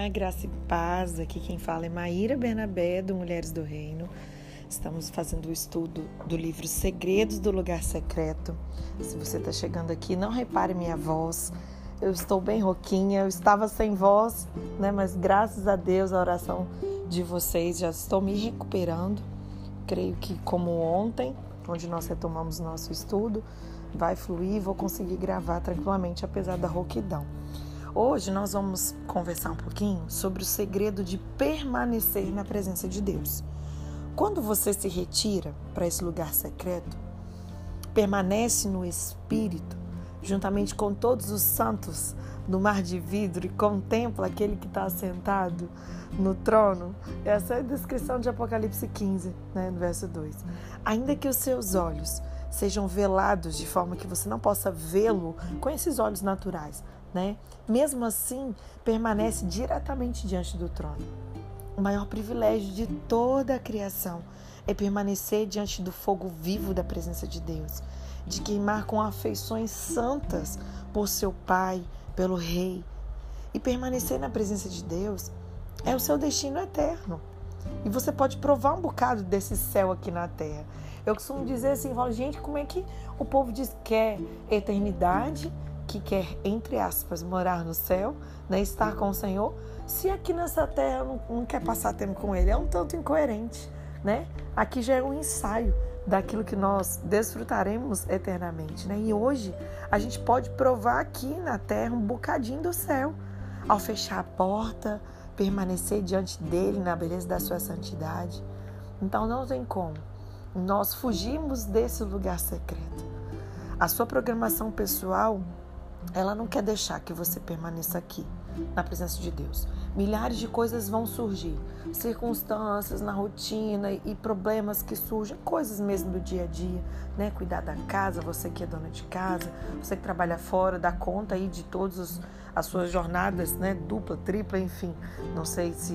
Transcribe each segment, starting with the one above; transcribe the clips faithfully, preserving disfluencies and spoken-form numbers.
graça e paz. Aqui quem fala é Maíra Bernabé, do Mulheres do Reino. Estamos fazendo o estudo do livro Segredos do Lugar Secreto. Se você está chegando aqui, não repare minha voz. Eu estou bem rouquinha, eu estava sem voz, né? Mas graças a Deus, a oração de vocês, já estou me recuperando. Creio que como ontem, onde nós retomamos nosso estudo, vai fluir, vou conseguir gravar tranquilamente, apesar da rouquidão. Hoje nós vamos conversar um pouquinho sobre o segredo de permanecer na presença de Deus. Quando você se retira para esse lugar secreto, permanece no Espírito, juntamente com todos os santos no mar de vidro, e contempla aquele que está sentado no trono. Essa é a descrição de Apocalipse quinze, né, no verso dois. Ainda que os seus olhos sejam velados de forma que você não possa vê-lo com esses olhos naturais, né? Mesmo assim, permanece diretamente diante do trono. O maior privilégio de toda a criação é permanecer diante do fogo vivo da presença de Deus, de queimar com afeições santas por seu Pai, pelo Rei. E permanecer na presença de Deus é o seu destino eterno. E você pode provar um bocado desse céu aqui na terra. Eu costumo dizer assim, falo, gente, como é que o povo diz que quer eternidade, que quer, entre aspas, morar no céu, né, estar com o Senhor, se aqui nessa terra não, não quer passar tempo com Ele? É um tanto incoerente, né? Aqui já é um ensaio daquilo que nós desfrutaremos eternamente, né? E hoje a gente pode provar aqui na terra um bocadinho do céu, ao fechar a porta, permanecer diante dele na beleza da sua santidade. Então não tem como nós fugirmos desse lugar secreto. A sua programação pessoal, ela não quer deixar que você permaneça aqui, na presença de Deus. Milhares de coisas vão surgir, circunstâncias na rotina e problemas que surgem, coisas mesmo do dia a dia, né? Cuidar da casa, você que é dona de casa, você que trabalha fora, dá conta aí de todas as suas jornadas, né? Dupla, tripla, enfim. Não sei se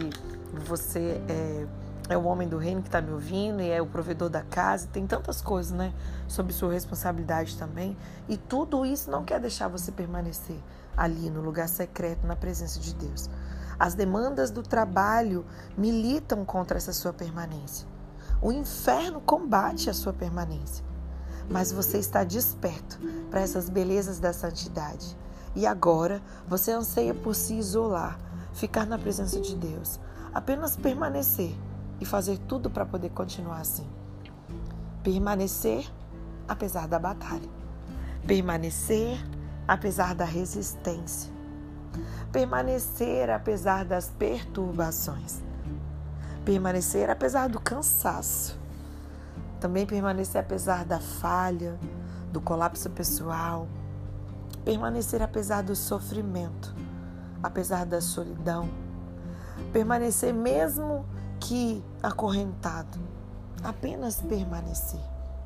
você é... é o homem do reino que está me ouvindo e é o provedor da casa. Tem tantas coisas, né, sob sua responsabilidade também. E tudo isso não quer deixar você permanecer ali no lugar secreto, na presença de Deus. As demandas do trabalho militam contra essa sua permanência. O inferno combate a sua permanência. Mas você está desperto para essas belezas da santidade. E agora você anseia por se isolar, ficar na presença de Deus, apenas permanecer e fazer tudo para poder continuar assim. Permanecer apesar da batalha. Permanecer apesar da resistência. Permanecer apesar das perturbações. Permanecer apesar do cansaço. Também permanecer apesar da falha, do colapso pessoal. Permanecer apesar do sofrimento, apesar da solidão. Permanecer mesmo que acorrentado, apenas permanecer.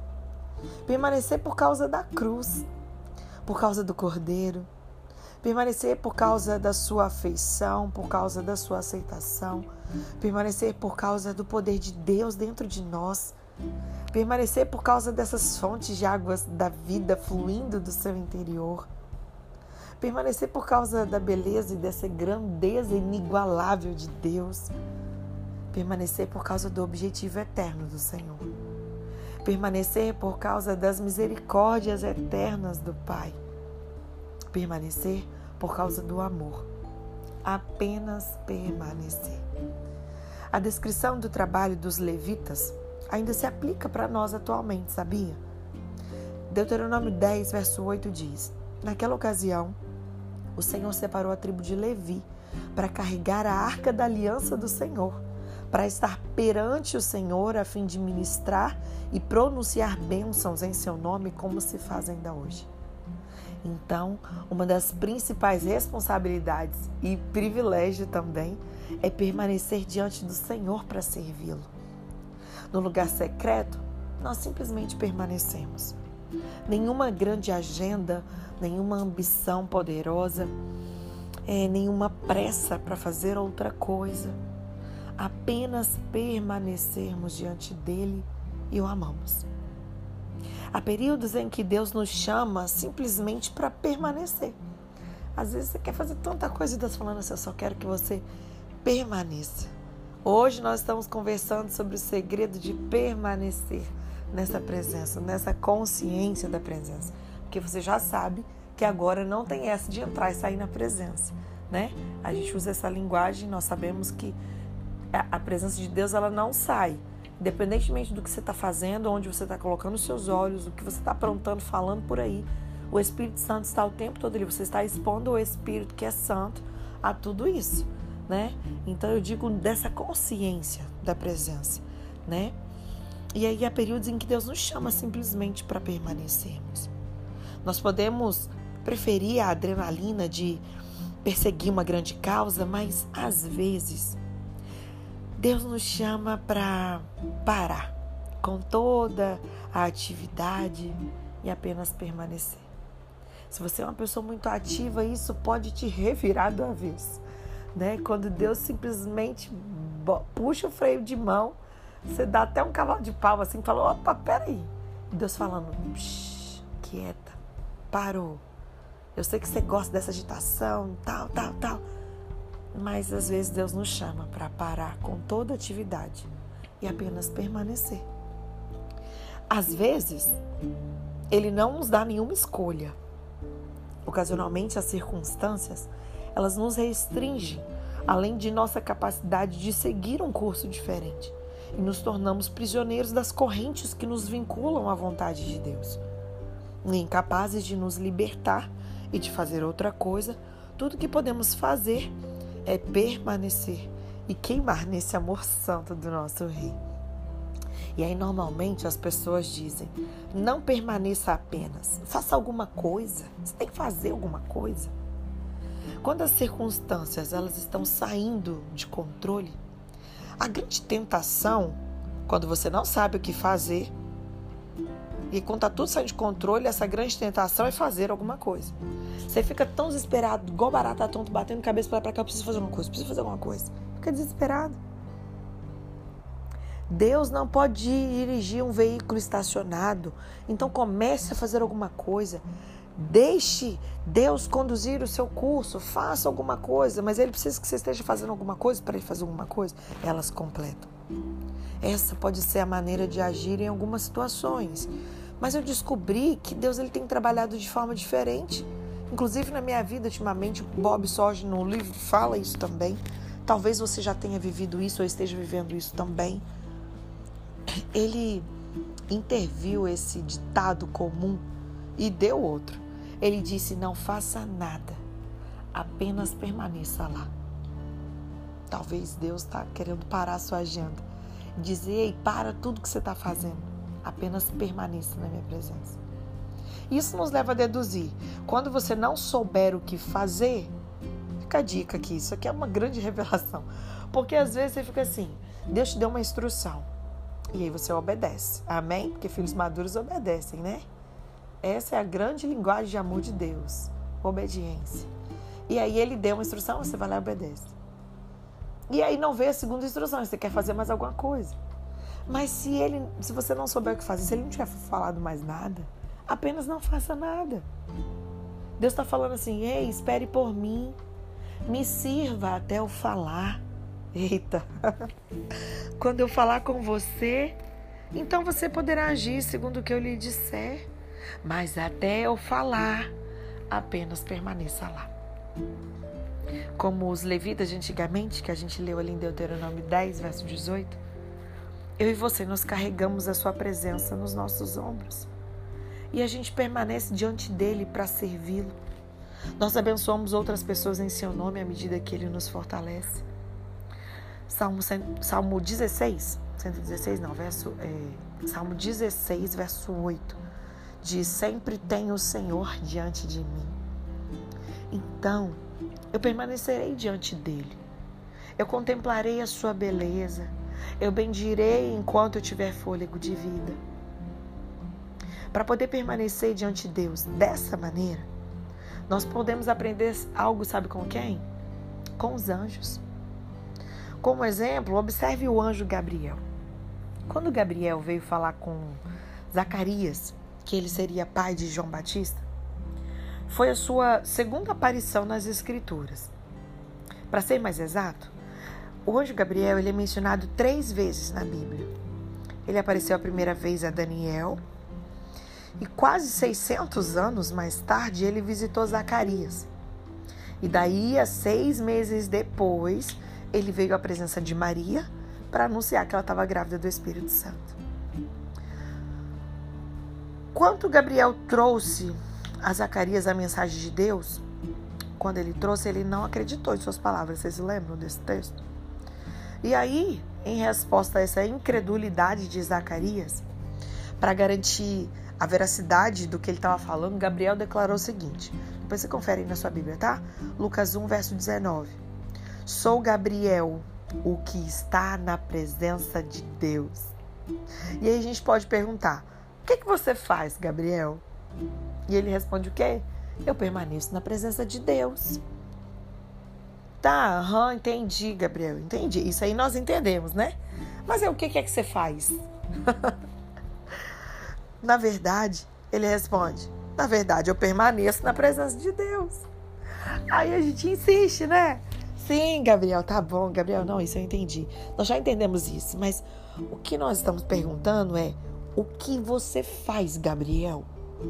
Permanecer por causa da cruz, por causa do Cordeiro. Permanecer por causa da sua afeição, por causa da sua aceitação. Permanecer por causa do poder de Deus dentro de nós. Permanecer por causa dessas fontes de águas da vida fluindo do seu interior. Permanecer por causa da beleza e dessa grandeza inigualável de Deus. Permanecer por causa do objetivo eterno do Senhor. Permanecer por causa das misericórdias eternas do Pai. Permanecer por causa do amor. Apenas permanecer. A descrição do trabalho dos levitas ainda se aplica para nós atualmente, sabia? Deuteronômio dez, verso oito diz: naquela ocasião, o Senhor separou a tribo de Levi para carregar a arca da aliança do Senhor, para estar perante o Senhor a fim de ministrar e pronunciar bênçãos em seu nome, como se faz ainda hoje. Então, uma das principais responsabilidades e privilégio também é permanecer diante do Senhor para servi-lo. No lugar secreto, nós simplesmente permanecemos. Nenhuma grande agenda, nenhuma ambição poderosa, é, nenhuma pressa para fazer outra coisa. Apenas permanecermos diante dele e o amamos. Há períodos em que Deus nos chama simplesmente para permanecer. Às vezes você quer fazer tanta coisa e Deus falando assim, eu só quero que você permaneça. Hoje nós estamos conversando sobre o segredo de permanecer nessa presença, nessa consciência da presença. Porque você já sabe que agora não tem essa de entrar e sair na presença, né? A gente usa essa linguagem, nós sabemos que a presença de Deus, ela não sai. Independentemente do que você está fazendo, onde você está colocando os seus olhos, o que você está aprontando, falando por aí, o Espírito Santo está o tempo todo ali. Você está expondo o Espírito, que é santo, a tudo isso, né? Então eu digo dessa consciência da presença, né? E aí há períodos em que Deus nos chama simplesmente para permanecermos. Nós podemos preferir a adrenalina de perseguir uma grande causa, mas às vezes Deus nos chama para parar com toda a atividade e apenas permanecer. Se você é uma pessoa muito ativa, isso pode te revirar do avesso, né? Quando Deus simplesmente puxa o freio de mão, você dá até um cavalo de pau assim, fala, opa, peraí. E Deus falando, quieta, parou. Eu sei que você gosta dessa agitação, tal, tal, tal. Mas às vezes Deus nos chama para parar com toda atividade e apenas permanecer. Às vezes, Ele não nos dá nenhuma escolha. Ocasionalmente, as circunstâncias, elas nos restringem, além de nossa capacidade de seguir um curso diferente. E nos tornamos prisioneiros das correntes que nos vinculam à vontade de Deus. E incapazes de nos libertar e de fazer outra coisa, tudo que podemos fazer é permanecer e queimar nesse amor santo do nosso Rei. E aí, normalmente, as pessoas dizem, não permaneça apenas, faça alguma coisa, você tem que fazer alguma coisa. Quando as circunstâncias elas estão saindo de controle, a grande tentação, quando você não sabe o que fazer, e quando está tudo saindo de controle, essa grande tentação é fazer alguma coisa. Você fica tão desesperado, igual barata tonto, batendo cabeça para lá para cá, eu preciso fazer alguma coisa, preciso fazer alguma coisa. Fica desesperado. Deus não pode dirigir um veículo estacionado, então comece a fazer alguma coisa. Deixe Deus conduzir o seu curso, faça alguma coisa, mas Ele precisa que você esteja fazendo alguma coisa para Ele fazer alguma coisa. Elas completam. Essa pode ser a maneira de agir em algumas situações. Mas eu descobri que Deus ele tem trabalhado de forma diferente. Inclusive na minha vida, ultimamente, Bob Sorge no livro fala isso também. Talvez você já tenha vivido isso ou esteja vivendo isso também. Ele interviu esse ditado comum e deu outro. Ele disse, não faça nada, apenas permaneça lá. Talvez Deus está querendo parar a sua agenda. Dizer, ei, para tudo que você está fazendo. Apenas permaneça na minha presença. Isso nos leva a deduzir. Quando você não souber o que fazer, fica a dica aqui. Isso aqui é uma grande revelação. Porque às vezes você fica assim, Deus te deu uma instrução. E aí você obedece. Amém? Porque filhos maduros obedecem, né? Essa é a grande linguagem de amor de Deus. Obediência. E aí ele deu uma instrução, você vai lá e obedece. E aí não veio a segunda instrução, você quer fazer mais alguma coisa. Mas se ele, se você não souber o que fazer, se ele não tiver falado mais nada, apenas não faça nada. Deus está falando assim, ei, espere por mim, me sirva até eu falar. Eita, quando eu falar com você, então você poderá agir segundo o que eu lhe disser. Mas até eu falar, apenas permaneça lá. Como os levitas de antigamente, que a gente leu ali em Deuteronômio dez, verso dezoito, eu e você nos carregamos a sua presença nos nossos ombros. E a gente permanece diante dele para servi-lo. Nós abençoamos outras pessoas em seu nome à medida que ele nos fortalece. Salmo, Salmo dezesseis, cento e dezesseis, não, verso, é, Salmo dezesseis, verso oito, diz, sempre tenho o Senhor diante de mim. Então, eu permanecerei diante dele. Eu contemplarei a sua beleza. Eu bendirei enquanto eu tiver fôlego de vida. Para poder permanecer diante de Deus dessa maneira, nós podemos aprender algo, sabe com quem? Com os anjos. Como exemplo, observe o anjo Gabriel. Quando Gabriel veio falar com Zacarias, que ele seria pai de João Batista, foi a sua segunda aparição nas Escrituras. Para ser mais exato, O anjo Gabriel, ele é mencionado três vezes na Bíblia. Ele apareceu a primeira vez a Daniel e quase seiscentos anos mais tarde ele visitou Zacarias. E daí, a seis meses depois, ele veio à presença de Maria para anunciar que ela estava grávida do Espírito Santo. Quando Gabriel trouxe a Zacarias a mensagem de Deus, quando ele trouxe, ele não acreditou em suas palavras. Vocês lembram desse texto? E aí, em resposta a essa incredulidade de Zacarias, para garantir a veracidade do que ele estava falando, Gabriel declarou o seguinte. Depois você confere aí na sua Bíblia, tá? Lucas um, verso dezenove. Sou Gabriel, o que está na presença de Deus. E aí a gente pode perguntar, o que, que você faz, Gabriel? E ele responde o quê? Eu permaneço na presença de Deus. Tá, aham, entendi, Gabriel, entendi. Isso aí nós entendemos, né? Mas é o que, que é que você faz? Na verdade, ele responde, na verdade, eu permaneço na presença de Deus. Aí a gente insiste, né? Sim, Gabriel, tá bom, Gabriel, não, isso eu entendi. Nós já entendemos isso, mas o que nós estamos perguntando é, o que você faz, Gabriel?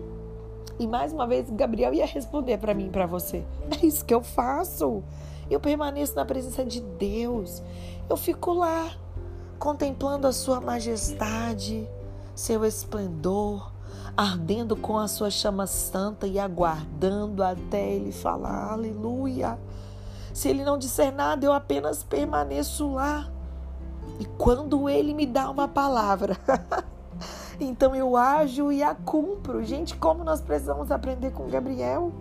E mais uma vez, Gabriel ia responder para mim e para você. É isso que eu faço. Eu permaneço na presença de Deus. Eu fico lá, contemplando a sua majestade, seu esplendor, ardendo com a sua chama santa e aguardando até ele falar. Aleluia. Se ele não disser nada, eu apenas permaneço lá. E quando ele me dá uma palavra, então eu ajo e a cumpro. Gente, como nós precisamos aprender com Gabriel.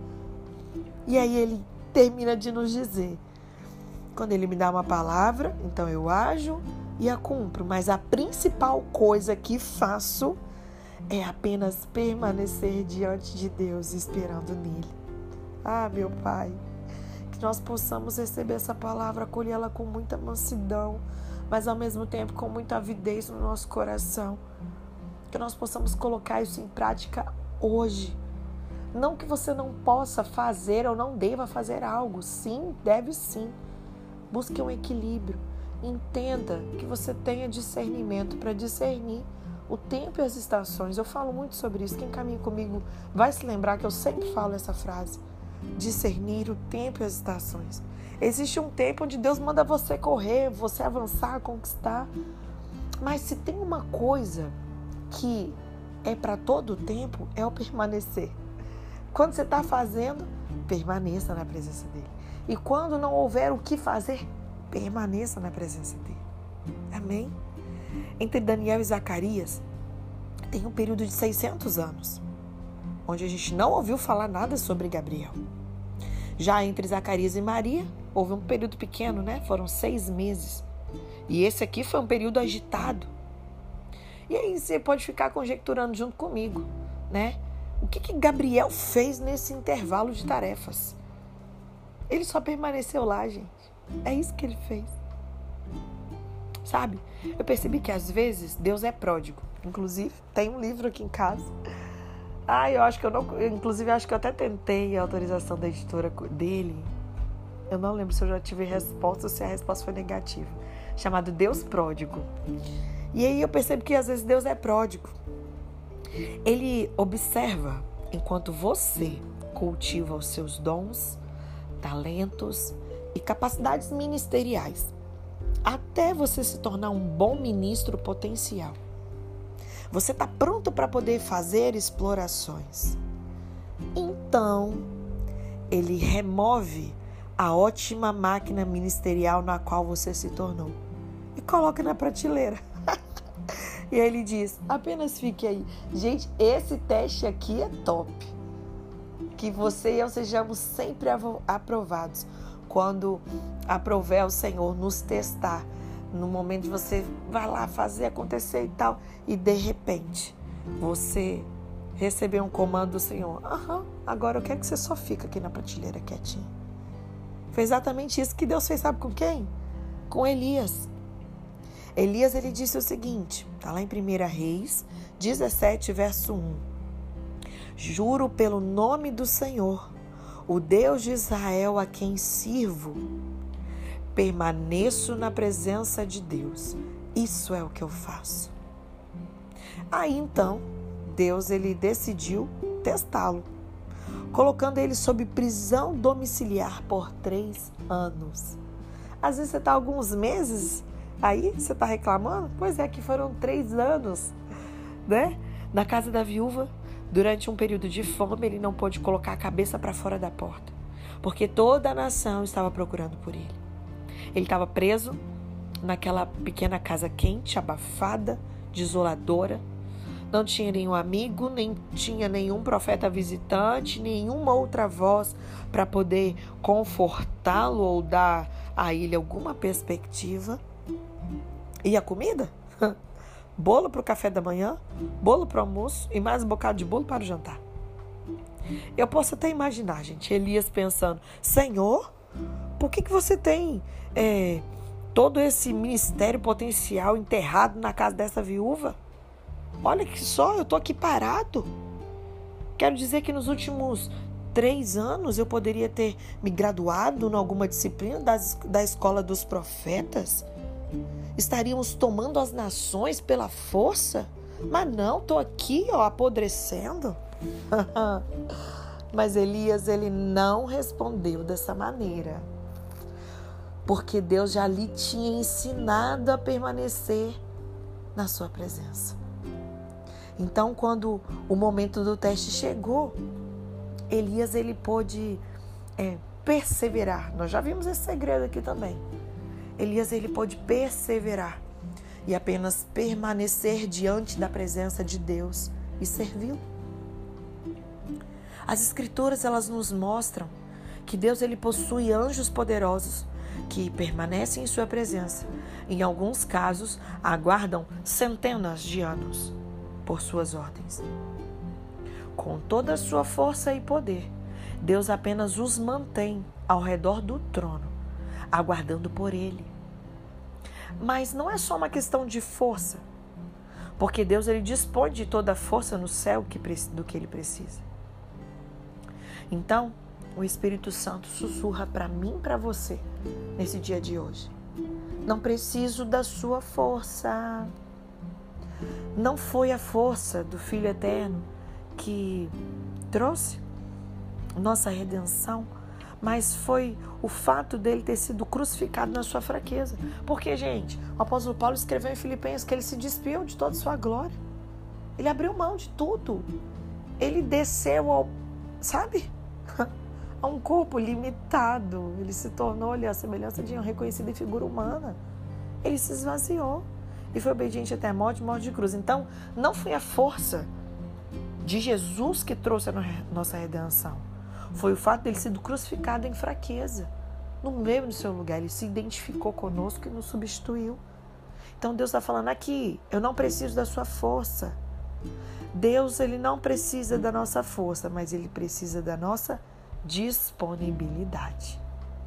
E aí ele termina de nos dizer, quando ele me dá uma palavra, então eu ajo e a cumpro. Mas a principal coisa que faço é apenas permanecer diante de Deus, esperando nele. Ah, meu Pai, que nós possamos receber essa palavra, acolhê-la com muita mansidão, mas ao mesmo tempo com muita avidez no nosso coração. Que nós possamos colocar isso em prática hoje. Não que você não possa fazer ou não deva fazer algo. Sim, deve sim. Busque um equilíbrio. Entenda que você tenha discernimento para discernir o tempo e as estações. Eu falo muito sobre isso. Quem caminha comigo vai se lembrar que eu sempre falo essa frase. Discernir o tempo e as estações. Existe um tempo onde Deus manda você correr, você avançar, conquistar. Mas se tem uma coisa que é para todo o tempo, é o permanecer. Quando você está fazendo, permaneça na presença dele. E quando não houver o que fazer, permaneça na presença dele. Amém? Entre Daniel e Zacarias, tem um período de seiscentos anos, onde a gente não ouviu falar nada sobre Gabriel. Já entre Zacarias e Maria, houve um período pequeno, né? Foram seis meses. E esse aqui foi um período agitado. E aí você pode ficar conjecturando junto comigo, né? O que que Gabriel fez nesse intervalo de tarefas? Ele só permaneceu lá, gente. É isso que ele fez. Sabe? Eu percebi que às vezes Deus é pródigo. Inclusive, tem um livro aqui em casa. Ah, eu acho que eu não... Inclusive, acho que eu até tentei a autorização da editora dele. Eu não lembro se eu já tive resposta ou se a resposta foi negativa. Chamado Deus Pródigo. E aí eu percebo que às vezes Deus é pródigo. Ele observa enquanto você cultiva os seus dons, talentos e capacidades ministeriais, até você se tornar um bom ministro potencial. Você está pronto para poder fazer explorações. Então, ele remove a ótima máquina ministerial na qual você se tornou e coloca na prateleira. E aí ele diz, apenas fique aí. Gente, esse teste aqui é top. Que você e eu sejamos sempre aprovados. Quando aprover o Senhor nos testar. No momento de você vai lá fazer acontecer e tal. E de repente, você recebeu um comando do Senhor. Aham, agora eu quero que você só fique aqui na prateleira quietinho. Foi exatamente isso que Deus fez, sabe com quem? Com Elias. Elias, ele disse o seguinte, está lá em primeira Reis dezessete, verso um. Juro pelo nome do Senhor, o Deus de Israel a quem sirvo, permaneço na presença de Deus. Isso é o que eu faço. Aí então, Deus ele decidiu testá-lo, colocando ele sob prisão domiciliar por três anos. Às vezes você está alguns meses, aí você está reclamando? Pois é, que foram três anos, né? Na casa da viúva, durante um período de fome, ele não pôde colocar a cabeça para fora da porta, porque toda a nação estava procurando por ele. Ele estava preso naquela pequena casa quente, abafada, desoladora. Não tinha nenhum amigo, nem tinha nenhum profeta visitante, nenhuma outra voz para poder confortá-lo ou dar a ele alguma perspectiva. E a comida? Bolo para o café da manhã, bolo para o almoço e mais um bocado de bolo para o jantar. Eu posso até imaginar, gente, Elias pensando: Senhor, por que, que você tem é, todo esse ministério potencial enterrado na casa dessa viúva? Olha que só, eu tô aqui parado. Quero dizer que nos últimos três anos eu poderia ter me graduado em alguma disciplina das, da escola dos profetas. Estaríamos tomando as nações pela força. Mas não, tô aqui, ó, apodrecendo. Mas Elias, ele não respondeu dessa maneira, porque Deus já lhe tinha ensinado a permanecer na sua presença. Então, quando o momento do teste chegou, Elias ele pôde é, perseverar. Nós já vimos esse segredo aqui também. Elias ele pôde perseverar e apenas permanecer diante da presença de Deus e servi-lo. As Escrituras elas nos mostram que Deus ele possui anjos poderosos que permanecem em sua presença. Em alguns casos, aguardam centenas de anos por suas ordens. Com toda a sua força e poder, Deus apenas os mantém ao redor do trono, aguardando por ele. Mas não é só uma questão de força, porque Deus ele dispõe de toda a força no céu que, do que ele precisa. Então, o Espírito Santo sussurra para mim e para você nesse dia de hoje: não preciso da sua força. Não foi a força do Filho Eterno que trouxe nossa redenção, mas foi o fato dele ter sido crucificado na sua fraqueza. Porque, gente, o apóstolo Paulo escreveu em Filipenses que ele se despiu de toda a sua glória. Ele abriu mão de tudo. Ele desceu ao, sabe, a um corpo limitado. Ele se tornou ali a semelhança de uma reconhecida figura humana. Ele se esvaziou e foi obediente até a morte, morte de cruz. Então, não foi a força de Jesus que trouxe a nossa redenção. Foi o fato dele ser crucificado em fraqueza. No meio do seu lugar, ele se identificou conosco e nos substituiu. Então, Deus está falando aqui: eu não preciso da sua força. Deus, ele não precisa da nossa força, mas ele precisa da nossa disponibilidade.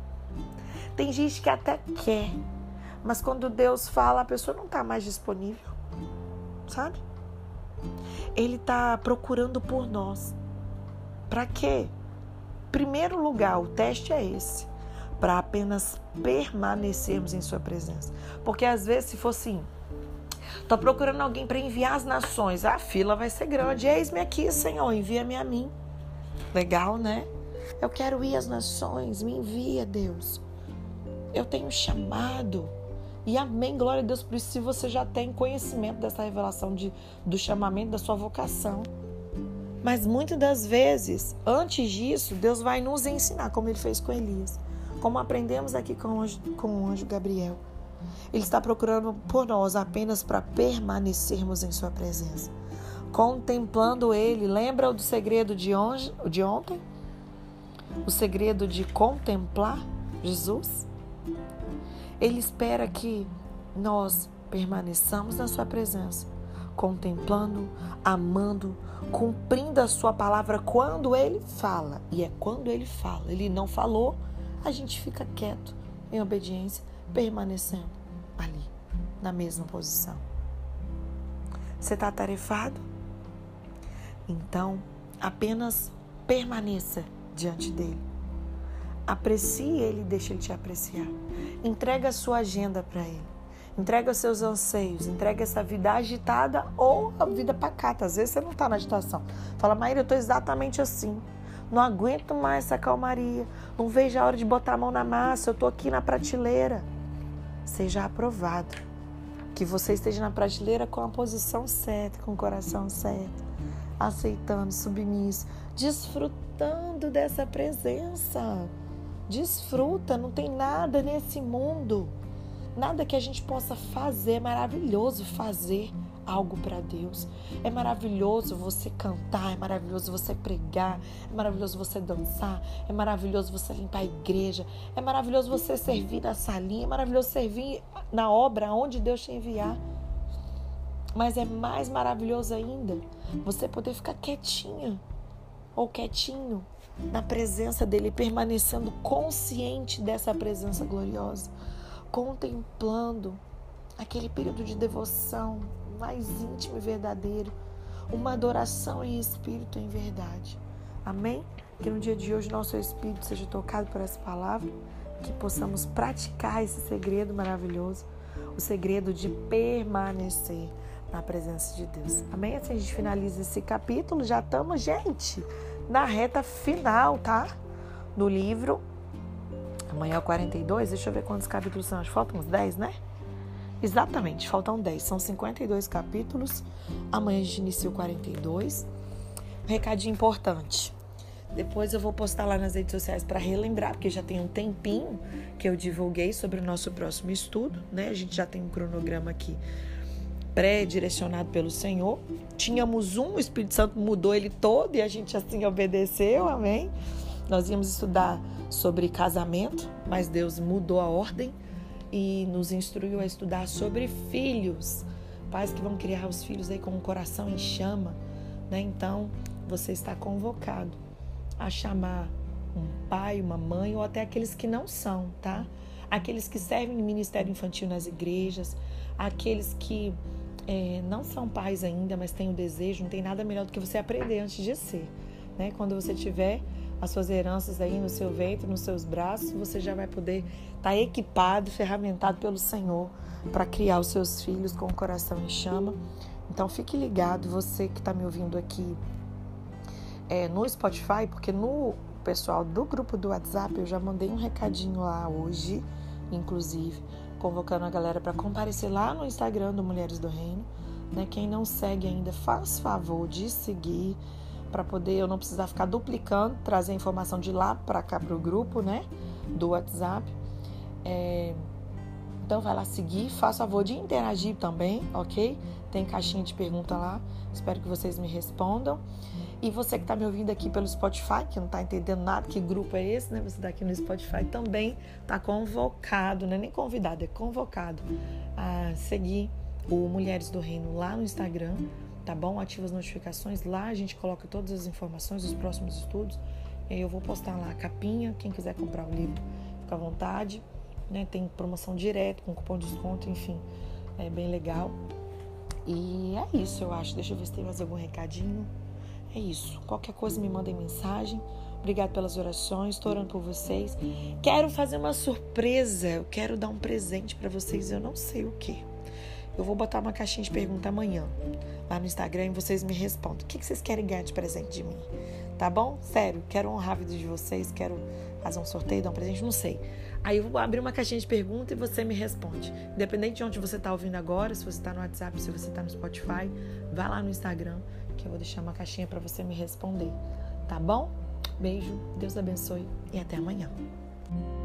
Tem gente que até quer, mas quando Deus fala, a pessoa não está mais disponível, sabe? Ele está procurando por nós. Para quê? Primeiro lugar, o teste é esse, para apenas permanecermos em sua presença. Porque às vezes, se for assim, estou procurando alguém para enviar às nações, a fila vai ser grande. Eis-me aqui, Senhor, envia-me a mim. Legal, né? Eu quero ir às nações, me envia, Deus. Eu tenho chamado. E amém, glória a Deus por isso, se você já tem conhecimento dessa revelação de, do chamamento da sua vocação. Mas muitas das vezes, antes disso, Deus vai nos ensinar, como ele fez com Elias. Como aprendemos aqui com o anjo, com o anjo Gabriel. Ele está procurando por nós apenas para permanecermos em sua presença. Contemplando ele. Lembra do segredo de, onde, de ontem? O segredo de contemplar Jesus? Ele espera que nós permaneçamos na sua presença, contemplando, amando, cumprindo a sua palavra quando ele fala. E é quando ele fala. Ele não falou, a gente fica quieto, em obediência, permanecendo ali, na mesma posição. Você está atarefado? Então, apenas permaneça diante dele. Aprecie ele e deixe ele te apreciar. Entrega a sua agenda para ele. Entrega os seus anseios. Entrega essa vida agitada ou a vida pacata. Às vezes você não está na agitação. Fala, Maíra, eu estou exatamente assim. Não aguento mais essa calmaria. Não vejo a hora de botar a mão na massa. Eu estou aqui na prateleira. Seja aprovado. Que você esteja na prateleira com a posição certa, com o coração certo. Aceitando, submisso. Desfrutando dessa presença. Desfruta. Não tem nada nesse mundo. Nada que a gente possa fazer. É maravilhoso fazer algo para Deus. É maravilhoso você cantar, é maravilhoso você pregar, é maravilhoso você dançar, é maravilhoso você limpar a igreja, é maravilhoso você servir na salinha, é maravilhoso servir na obra onde Deus te enviar. Mas é mais maravilhoso ainda você poder ficar quietinha ou quietinho na presença dele, permanecendo consciente dessa presença gloriosa, contemplando aquele período de devoção mais íntimo e verdadeiro, uma adoração em espírito e em verdade. Amém? Que no dia de hoje nosso espírito seja tocado por essa palavra, que possamos praticar esse segredo maravilhoso, o segredo de permanecer na presença de Deus. Amém? Assim a gente finaliza esse capítulo, já estamos, gente, na reta final, tá? No livro. Amanhã é o quarenta e dois, deixa eu ver quantos capítulos são, acho que faltam uns dez, né? Exatamente, faltam dez, são cinquenta e dois capítulos. Amanhã a gente inicia o quarenta e dois. Um recadinho importante. Depois eu vou postar lá nas redes sociais para relembrar, porque já tem um tempinho que eu divulguei sobre o nosso próximo estudo, né? A gente já tem um cronograma aqui pré-direcionado pelo Senhor. Tínhamos um, o Espírito Santo mudou ele todo e a gente assim obedeceu, amém? Nós íamos estudar sobre casamento, mas Deus mudou a ordem e nos instruiu a estudar sobre filhos, pais que vão criar os filhos aí com o coração em chama, né? Então, você está convocado a chamar um pai, uma mãe, ou até aqueles que não são, tá? Aqueles que servem no ministério infantil nas igrejas, aqueles que é, não são pais ainda, mas têm o desejo. Não tem nada melhor do que você aprender antes de ser, né? Quando você tiver as suas heranças aí no seu ventre, nos seus braços, você já vai poder estar equipado, ferramentado pelo Senhor para criar os seus filhos com o coração em chama. Então fique ligado, você que está me ouvindo aqui é, no Spotify, porque no pessoal do grupo do WhatsApp eu já mandei um recadinho lá hoje, inclusive, convocando a galera para comparecer lá no Instagram do Mulheres do Reino, né? Quem não segue ainda, faz favor de seguir, para poder eu não precisar ficar duplicando, trazer a informação de lá para cá para o grupo, né, do WhatsApp. É, então vai lá seguir, faça favor de interagir também, ok? Tem caixinha de pergunta lá, espero que vocês me respondam. E você que está me ouvindo aqui pelo Spotify, que não está entendendo nada, que grupo é esse, né? Você está aqui no Spotify também, está convocado, não é nem convidado, é convocado a seguir o Mulheres do Reino lá no Instagram, tá bom? Ativa as notificações, lá a gente coloca todas as informações dos próximos estudos, e aí eu vou postar lá a capinha, quem quiser comprar o livro, fica à vontade, né? Tem promoção direto, com cupom de desconto, enfim, é bem legal. E é isso, eu acho. Deixa eu ver se tem mais algum recadinho. É isso, qualquer coisa me mandem mensagem. Obrigado pelas orações, estou orando por vocês. Quero fazer uma surpresa, eu quero dar um presente para vocês, eu não sei o que. Eu vou botar uma caixinha de pergunta amanhã lá no Instagram e vocês me respondem. O que vocês querem ganhar de presente de mim? Tá bom? Sério, quero honrar a vida de vocês, quero fazer um sorteio, dar um presente, não sei. Aí eu vou abrir uma caixinha de pergunta e você me responde. Independente de onde você está ouvindo agora, se você está no WhatsApp, se você está no Spotify, vai lá no Instagram que eu vou deixar uma caixinha para você me responder. Tá bom? Beijo, Deus abençoe e até amanhã.